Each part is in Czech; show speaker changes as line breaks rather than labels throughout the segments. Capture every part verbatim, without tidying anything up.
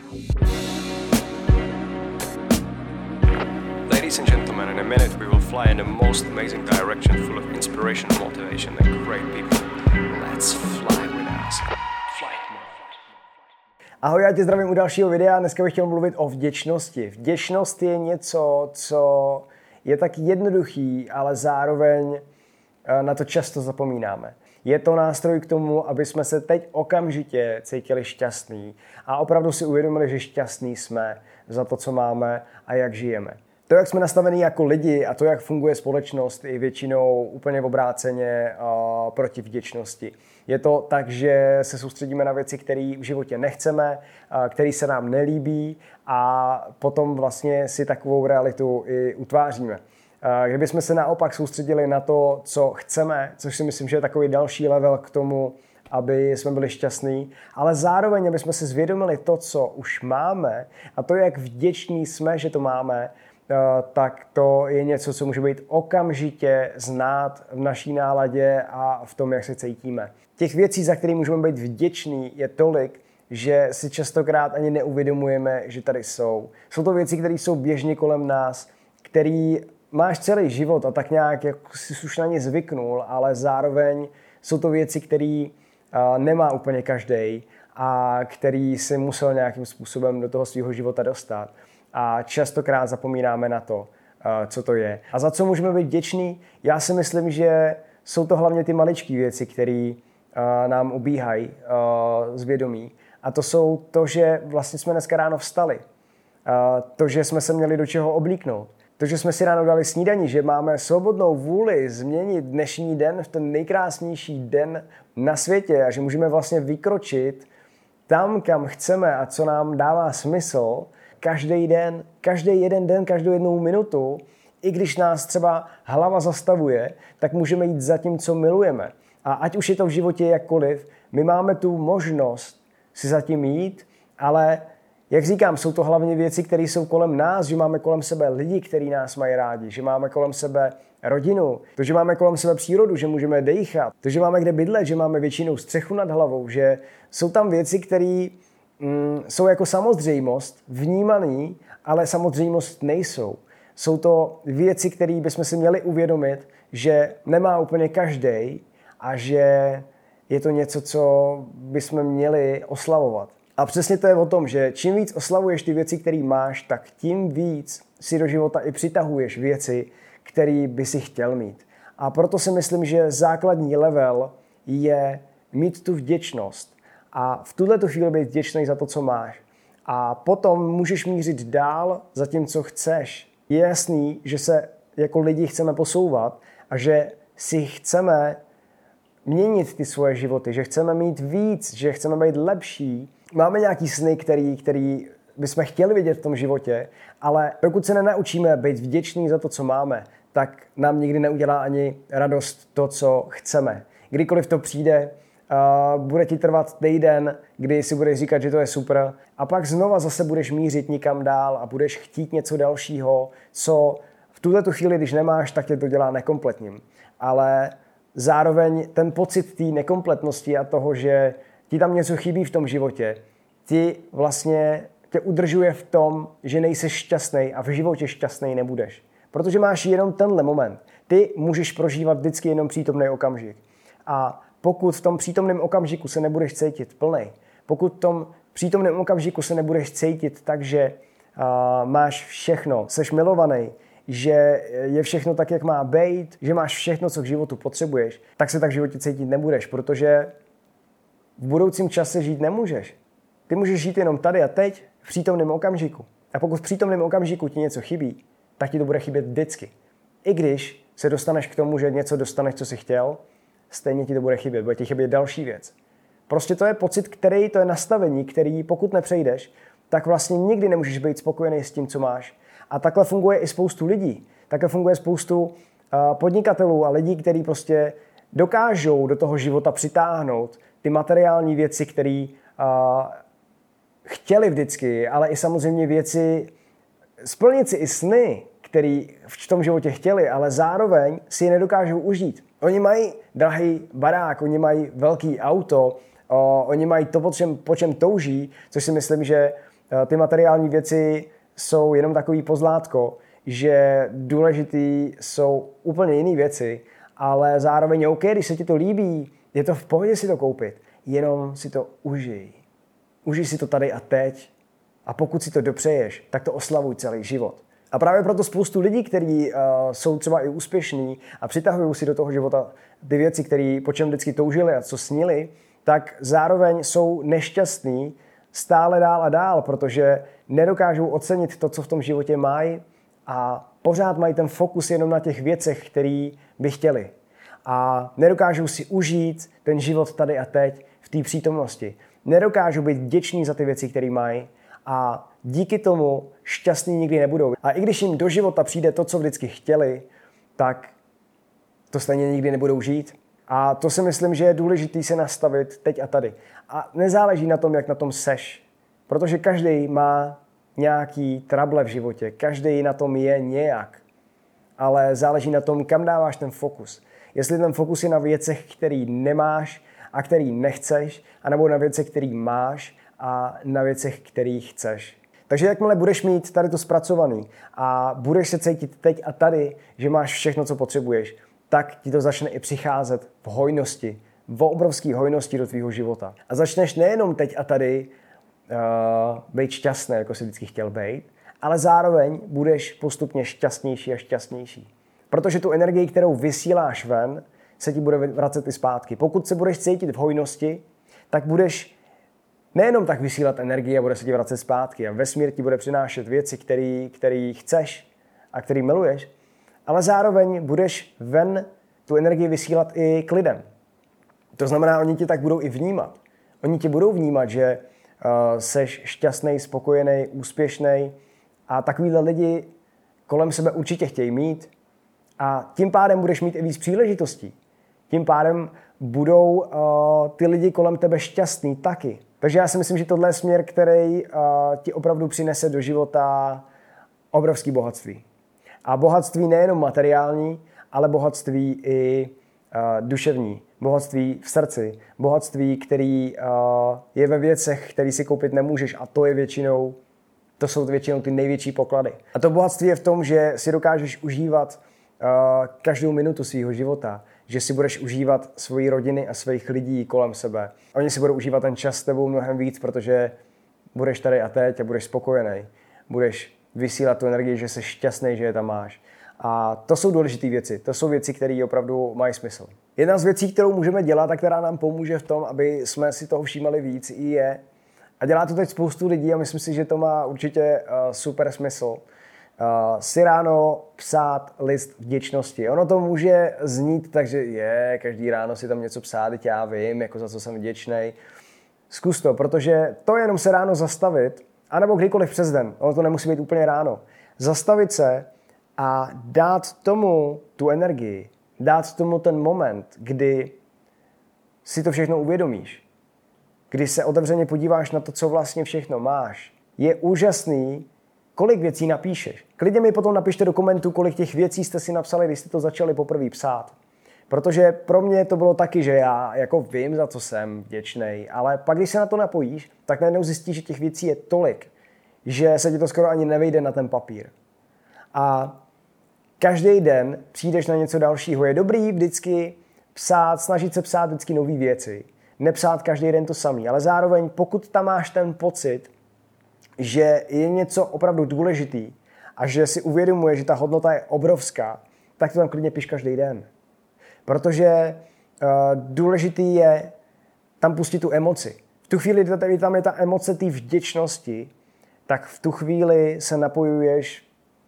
Ladies and gentlemen, in a minute we will fly in the most amazing direction full of inspiration, motivation and great people. Let's fly with us. Flight mode.
Ahoj, já tě zdravím u dalšího videa. Dneska bych chtěl mluvit o vděčnosti. Vděčnost je něco, co je tak jednoduchý, ale zároveň na to často zapomínáme. Je to nástroj k tomu, aby jsme se teď okamžitě cítili šťastní a opravdu si uvědomili, že šťastní jsme za to, co máme a jak žijeme. To, jak jsme nastavení jako lidi a to, jak funguje společnost, je většinou úplně obráceně uh, proti vděčnosti. Je to tak, že se soustředíme na věci, které v životě nechceme, uh, které se nám nelíbí a potom vlastně si takovou realitu i utváříme. Uh, kdybychom se naopak soustředili na to, co chceme, což si myslím, že je takový další level k tomu, aby jsme byli šťastní, ale zároveň, aby jsme si zvědomili to, co už máme a to, jak vděční jsme, že to máme, tak to je něco, co může být okamžitě znát v naší náladě a v tom, jak se cítíme. Těch věcí, za které můžeme být vděční, je tolik, že si častokrát ani neuvědomujeme, že tady jsou. Jsou to věci, které jsou běžně kolem nás, které máš celý život a tak nějak jak jsi už na ně zvyknul, ale zároveň jsou to věci, které nemá úplně každý a který si musel nějakým způsobem do toho svého života dostat. A častokrát zapomínáme na to, co to je. A za co můžeme být vděční? Já si myslím, že jsou to hlavně ty maličké věci, které nám ubíhají z vědomí. A to jsou to, že vlastně jsme dneska ráno vstali. To, že jsme se měli do čeho oblíknout. To, že jsme si ráno dali snídani, že máme svobodnou vůli změnit dnešní den v ten nejkrásnější den na světě a že můžeme vlastně vykročit tam, kam chceme a co nám dává smysl, každý den, každý jeden den, každou jednou minutu, i když nás třeba hlava zastavuje, tak můžeme jít za tím, co milujeme. A ať už je to v životě jakkoliv, my máme tu možnost si za tím jít, ale jak říkám, jsou to hlavně věci, které jsou kolem nás, že máme kolem sebe lidi, kteří nás mají rádi, že máme kolem sebe rodinu, to, že máme kolem sebe přírodu, že můžeme dejchat, to, že máme kde bydlet, že máme většinou střechu nad hlavou, že jsou tam věci, které Mm, jsou jako samozřejmost, vnímaný, ale samozřejmost nejsou. Jsou to věci, které bychom si měli uvědomit, že nemá úplně každý a že je to něco, co bychom měli oslavovat. A přesně to je o tom, že čím víc oslavuješ ty věci, které máš, tak tím víc si do života i přitahuješ věci, které by si chtěl mít. A proto si myslím, že základní level je mít tu vděčnost. A v tuhle chvíli být vděčný za to, co máš. A potom můžeš mířit dál za tím, co chceš. Je jasný, že se jako lidi chceme posouvat a že si chceme měnit ty svoje životy, že chceme mít víc, že chceme být lepší. Máme nějaký sny, který, který bychom chtěli vidět v tom životě, ale pokud se nenaučíme být vděční za to, co máme, tak nám nikdy neudělá ani radost to, co chceme. Kdykoliv to přijde, Uh, bude ti trvat týden, kdy si budeš říkat, že to je super a pak znova zase budeš mířit nikam dál a budeš chtít něco dalšího, co v tuto chvíli, když nemáš, tak tě to dělá nekompletním. Ale zároveň ten pocit té nekompletnosti a toho, že ti tam něco chybí v tom životě, ti vlastně tě udržuje v tom, že nejseš šťastný a v životě šťastný nebudeš. Protože máš jenom tenhle moment. Ty můžeš prožívat vždycky jenom přítomný okamžik. A pokud v tom přítomném okamžiku se nebudeš cítit plnej, pokud v tom přítomném okamžiku se nebudeš cítit tak, že uh, máš všechno, seš milovaný, že je všechno tak, jak má být, že máš všechno, co k životu potřebuješ, tak se tak v životě cítit nebudeš, protože v budoucím čase žít nemůžeš. Ty můžeš žít jenom tady a teď, v přítomném okamžiku. A pokud v přítomném okamžiku ti něco chybí, tak ti to bude chybět vždycky. I když se dostaneš k tomu, že něco dostaneš, co jsi chtěl, stejně ti to bude chybět, bude ti chybět další věc. Prostě to je pocit, který, to je nastavení, který pokud nepřejdeš, tak vlastně nikdy nemůžeš být spokojený s tím, co máš. A takhle funguje i spoustu lidí. Takhle funguje spoustu uh, podnikatelů a lidí, kteří prostě dokážou do toho života přitáhnout ty materiální věci, které uh, chtěli vždycky, ale i samozřejmě věci, splnit si i sny, který v tom životě chtěli, ale zároveň si je nedokážou užít. Oni mají drahý barák, oni mají velký auto, o, oni mají to, po čem, po čem touží, což si myslím, že ty materiální věci jsou jenom takový pozlátko, že důležitý jsou úplně jiné věci, ale zároveň je OK, když se ti to líbí, je to v pohodě si to koupit, jenom si to užij. Užij si to tady a teď a pokud si to dopřeješ, tak to oslavuj celý život. A právě proto spoustu lidí, kteří uh, jsou třeba i úspěšní a přitahují si do toho života ty věci, které po čem vždycky toužili a co snili, tak zároveň jsou nešťastní stále dál a dál, protože nedokážou ocenit to, co v tom životě mají a pořád mají ten fokus jenom na těch věcech, které by chtěli. A nedokážou si užít ten život tady a teď v té přítomnosti. Nedokážou být vděční za ty věci, které mají a díky tomu šťastní nikdy nebudou. A i když jim do života přijde to, co vždycky chtěli, tak to stejně nikdy nebudou žít. A to si myslím, že je důležité se nastavit teď a tady. A nezáleží na tom, jak na tom seš. Protože každý má nějaký trable v životě. Každý na tom je nějak. Ale záleží na tom, kam dáváš ten fokus. Jestli ten fokus je na věcech, který nemáš a který nechceš, anebo na věcech, který máš a na věcech, který chceš. Takže jakmile budeš mít tady to zpracovaný a budeš se cítit teď a tady, že máš všechno, co potřebuješ, tak ti to začne i přicházet v hojnosti, v obrovské hojnosti do tvýho života. A začneš nejenom teď a tady uh, být šťastný, jako jsi vždycky chtěl být, ale zároveň budeš postupně šťastnější a šťastnější. Protože tu energii, kterou vysíláš ven, se ti bude vracet i zpátky. Pokud se budeš cítit v hojnosti, tak budeš nejenom tak vysílat energii a bude se ti vracet zpátky. A vesmír ti bude přinášet věci, které chceš a které miluješ, ale zároveň budeš ven tu energii vysílat i k lidem. To znamená, oni tě tak budou i vnímat. Oni tě budou vnímat, že uh, seš šťastný, spokojený, úspěšný a takovýhle lidi kolem sebe určitě chtějí mít a tím pádem budeš mít i víc příležitostí. Tím pádem budou uh, ty lidi kolem tebe šťastný taky. Takže já si myslím, že tohle je směr, který uh, ti opravdu přinese do života obrovský bohatství. A bohatství nejenom materiální, ale bohatství i uh, duševní. Bohatství v srdci. Bohatství, který uh, je ve věcech, který si koupit nemůžeš a to je většinou, to jsou většinou ty největší poklady. A to bohatství je v tom, že si dokážeš užívat uh, každou minutu svého života, že si budeš užívat svoji rodiny a svých lidí kolem sebe. Oni si budou užívat ten čas s tebou mnohem víc, protože budeš tady a teď a budeš spokojený. Budeš vysílat tu energii, že jsi šťastný, že je tam máš. A to jsou důležité věci. To jsou věci, které opravdu mají smysl. Jedna z věcí, kterou můžeme dělat a která nám pomůže v tom, aby jsme si toho všímali víc, je, a dělá to teď spoustu lidí a myslím si, že to má určitě uh, super smysl, uh, si ráno psát list vděčnosti. Ono to může znít, takže je, každý ráno si tam něco psát, teď já vím, jako za co jsem vděčnej. Zkus to, protože to jenom se ráno zastavit, anebo kdykoliv přes den, ono to nemusí být úplně ráno, zastavit se a dát tomu tu energii, dát tomu ten moment, kdy si to všechno uvědomíš, kdy se otevřeně podíváš na to, co vlastně všechno máš. Je úžasný, kolik věcí napíšeš. Klidně mi potom napište do komentu, kolik těch věcí jste si napsali, když jste to začali poprvé psát. Protože pro mě to bylo taky, že já jako vím, za co jsem vděčnej, ale pak, když se na to napojíš, tak najednou zjistíš, že těch věcí je tolik, že se ti to skoro ani nevejde na ten papír. A každý den přijdeš na něco dalšího. Je dobrý vždycky psát, snažit se psát vždycky nové věci. Nepsát každý den to samý, ale zároveň pokud tam máš ten pocit, že je něco opravdu důležitý a že si uvědomuje, že ta hodnota je obrovská, tak to tam klidně piš každý den. Protože uh, důležitý je tam pustit tu emoci. V tu chvíli, kdy tam je ta emoce té vděčnosti, tak v tu chvíli se napojuješ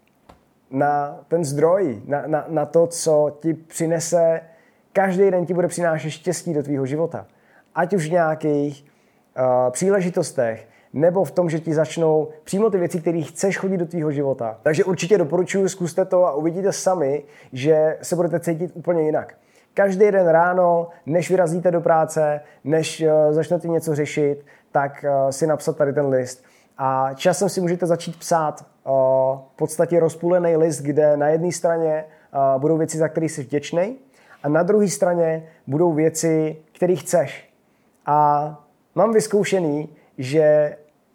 na ten zdroj, na, na, na to, co ti přinese, každý den ti bude přinášet štěstí do tvýho života. Ať už v nějakých uh, příležitostech, nebo v tom, že ti začnou přímo ty věci, které chceš chodit do tvýho života. Takže určitě doporučuji, zkuste to a uvidíte sami, že se budete cítit úplně jinak. Každý den ráno, než vyrazíte do práce, než uh, začnete něco řešit, tak uh, si napsat tady ten list. A časem si můžete začít psát uh, v podstatě rozpůlený list, kde na jedné straně uh, budou věci, za které jsi vděčnej, a na druhé straně budou věci, které chceš. A mám vyzkoušený, že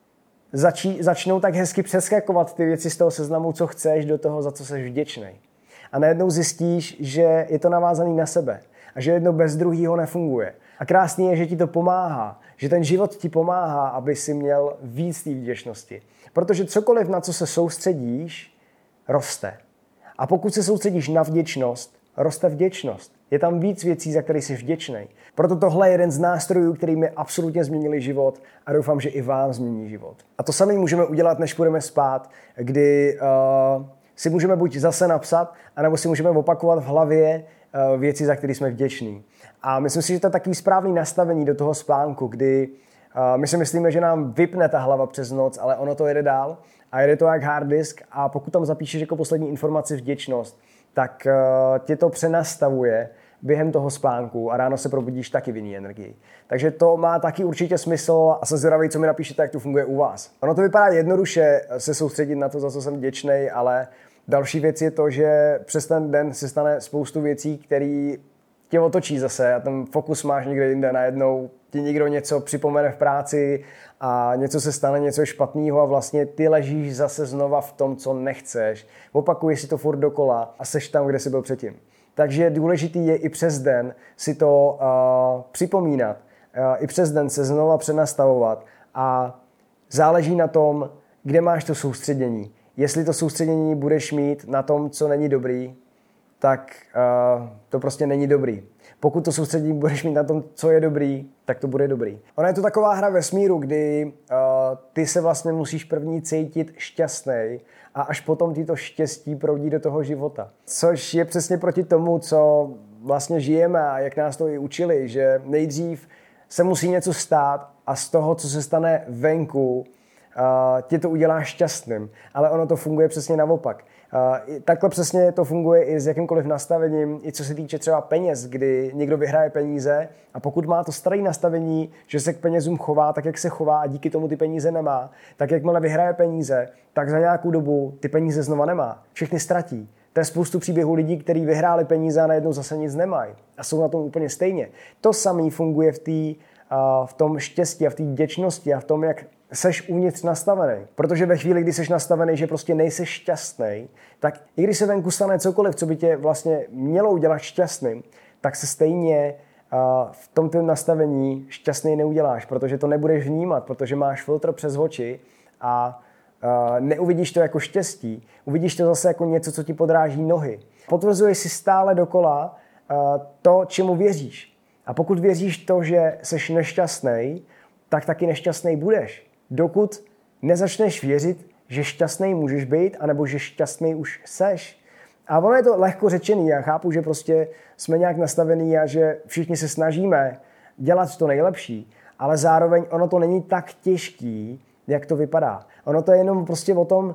začí, začnou tak hezky přeskakovat ty věci z toho seznamu, co chceš, do toho, za co jsi vděčný. A najednou zjistíš, že je to navázaný na sebe a že jedno bez druhého nefunguje. A krásný je, že ti to pomáhá, že ten život ti pomáhá, aby si měl víc té vděčnosti. Protože cokoliv, na co se soustředíš, roste. A pokud se soustředíš na vděčnost, roste vděčnost. Je tam víc věcí, za které jsi vděčný. Proto tohle je jeden z nástrojů, který mi absolutně změnili život a doufám, že i vám změní život. A to samé můžeme udělat, než půjdeme spát, kdy uh, si můžeme buď zase napsat, anebo si můžeme opakovat v hlavě uh, věci, za které jsme vděční. A myslím si, že to je takový správný nastavení do toho spánku, kdy uh, my si myslíme, že nám vypne ta hlava přes noc, ale ono to jede dál a jede to jak hard disk a pokud tam zapíšeš jako poslední informaci vděčnost, tak uh, tě to přenastavuje během toho spánku a ráno se probudíš taky v jiný energii. Takže to má taky určitě smysl a jsem zvědavý, co mi napíšete, jak to funguje u vás. Ono to vypadá jednoduše se soustředit na to, za co jsem vděčný, ale další věc je to, že přes ten den se stane spoustu věcí, které tě otočí zase a ten fokus máš někde jinde. Najednou ti někdo něco připomene v práci a něco se stane, něco je špatného a vlastně ty ležíš zase znova v tom, co nechceš. Opakuješ si to furt dokola a seš tam, kde jsi byl předtím. Takže důležitý je i přes den si to uh, připomínat, uh, i přes den se znova přenastavovat a záleží na tom, kde máš to soustředění. Jestli to soustředění budeš mít na tom, co není dobrý, tak uh, to prostě není dobrý. Pokud to soustředění budeš mít na tom, co je dobrý, tak to bude dobrý. Ona je to taková hra vesmíru, kdy uh, ty se vlastně musíš první cítit šťastnej a až potom ty to štěstí proudí do toho života. Což je přesně proti tomu, co vlastně žijeme a jak nás to i učili, že nejdřív se musí něco stát a z toho, co se stane venku, Uh, tě to udělá šťastným, ale ono to funguje přesně naopak. Uh, takhle přesně to funguje i s jakýmkoliv nastavením, i co se týče třeba peněz, kdy někdo vyhraje peníze a pokud má to staré nastavení, že se k penězům chová tak, jak se chová a díky tomu ty peníze nemá, tak jakmile vyhraje peníze, tak za nějakou dobu ty peníze znova nemá. Všechny ztratí. To je spoustu příběhů lidí, kteří vyhráli peníze a najednou zase nic nemají a jsou na tom úplně stejně. To samé funguje v, tý, uh, v tom štěstí a v té vděčnosti a v tom, jak seš uvnitř nastavený. Protože ve chvíli, kdy seš nastavený, že prostě nejseš šťastný, tak i když se venku stane cokoliv, co by tě vlastně mělo udělat šťastným, tak se stejně uh, v tom tvém nastavení šťastný neuděláš, protože to nebudeš vnímat, protože máš filtr přes oči a uh, neuvidíš to jako štěstí, uvidíš to zase jako něco, co ti podráží nohy. Potvrzuješ si stále dokola uh, to, čemu věříš. A pokud věříš to, že seš nešťastný, tak taky nešťastný budeš. Dokud nezačneš věřit, že šťastný můžeš být, anebo že šťastný už seš. A ono je to lehko řečený. Já chápu, že prostě jsme nějak nastavení a že všichni se snažíme dělat to nejlepší, ale zároveň ono to není tak těžký, jak to vypadá. Ono to je jenom prostě o tom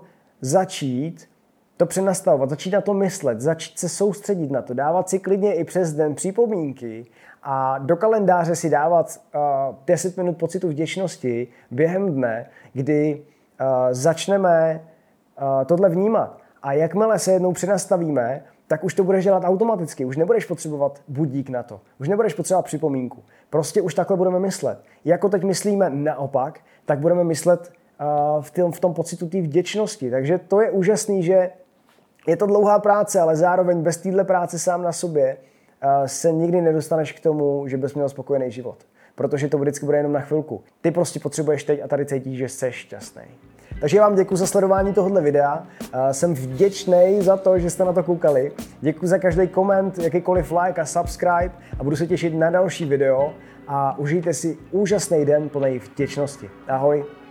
začít to přenastavovat, začít na to myslet, začít se soustředit na to, dávat si klidně i přes den připomínky a do kalendáře si dávat uh, deset minut pocitu vděčnosti během dne, kdy uh, začneme uh, tohle vnímat. A jakmile se jednou přenastavíme, tak už to budeš dělat automaticky. Už nebudeš potřebovat budík na to. Už nebudeš potřebovat připomínku. Prostě už takhle budeme myslet. Jako teď myslíme naopak, tak budeme myslet uh, v, tom, v tom pocitu té vděčnosti. Takže to je úžasný, že je to dlouhá práce, ale zároveň bez téhle práce sám na sobě uh, se nikdy nedostaneš k tomu, že bys měl spokojený život. Protože to vždycky bude jenom na chvilku. Ty prostě potřebuješ teď a tady cítíš, že jsi šťastný. Takže já vám děkuji za sledování tohohle videa. Uh, jsem vděčný za to, že jste na to koukali. Děkuji za každý koment, jakýkoliv like a subscribe a budu se těšit na další video a užijte si úžasný den plný vděčnosti. Ahoj.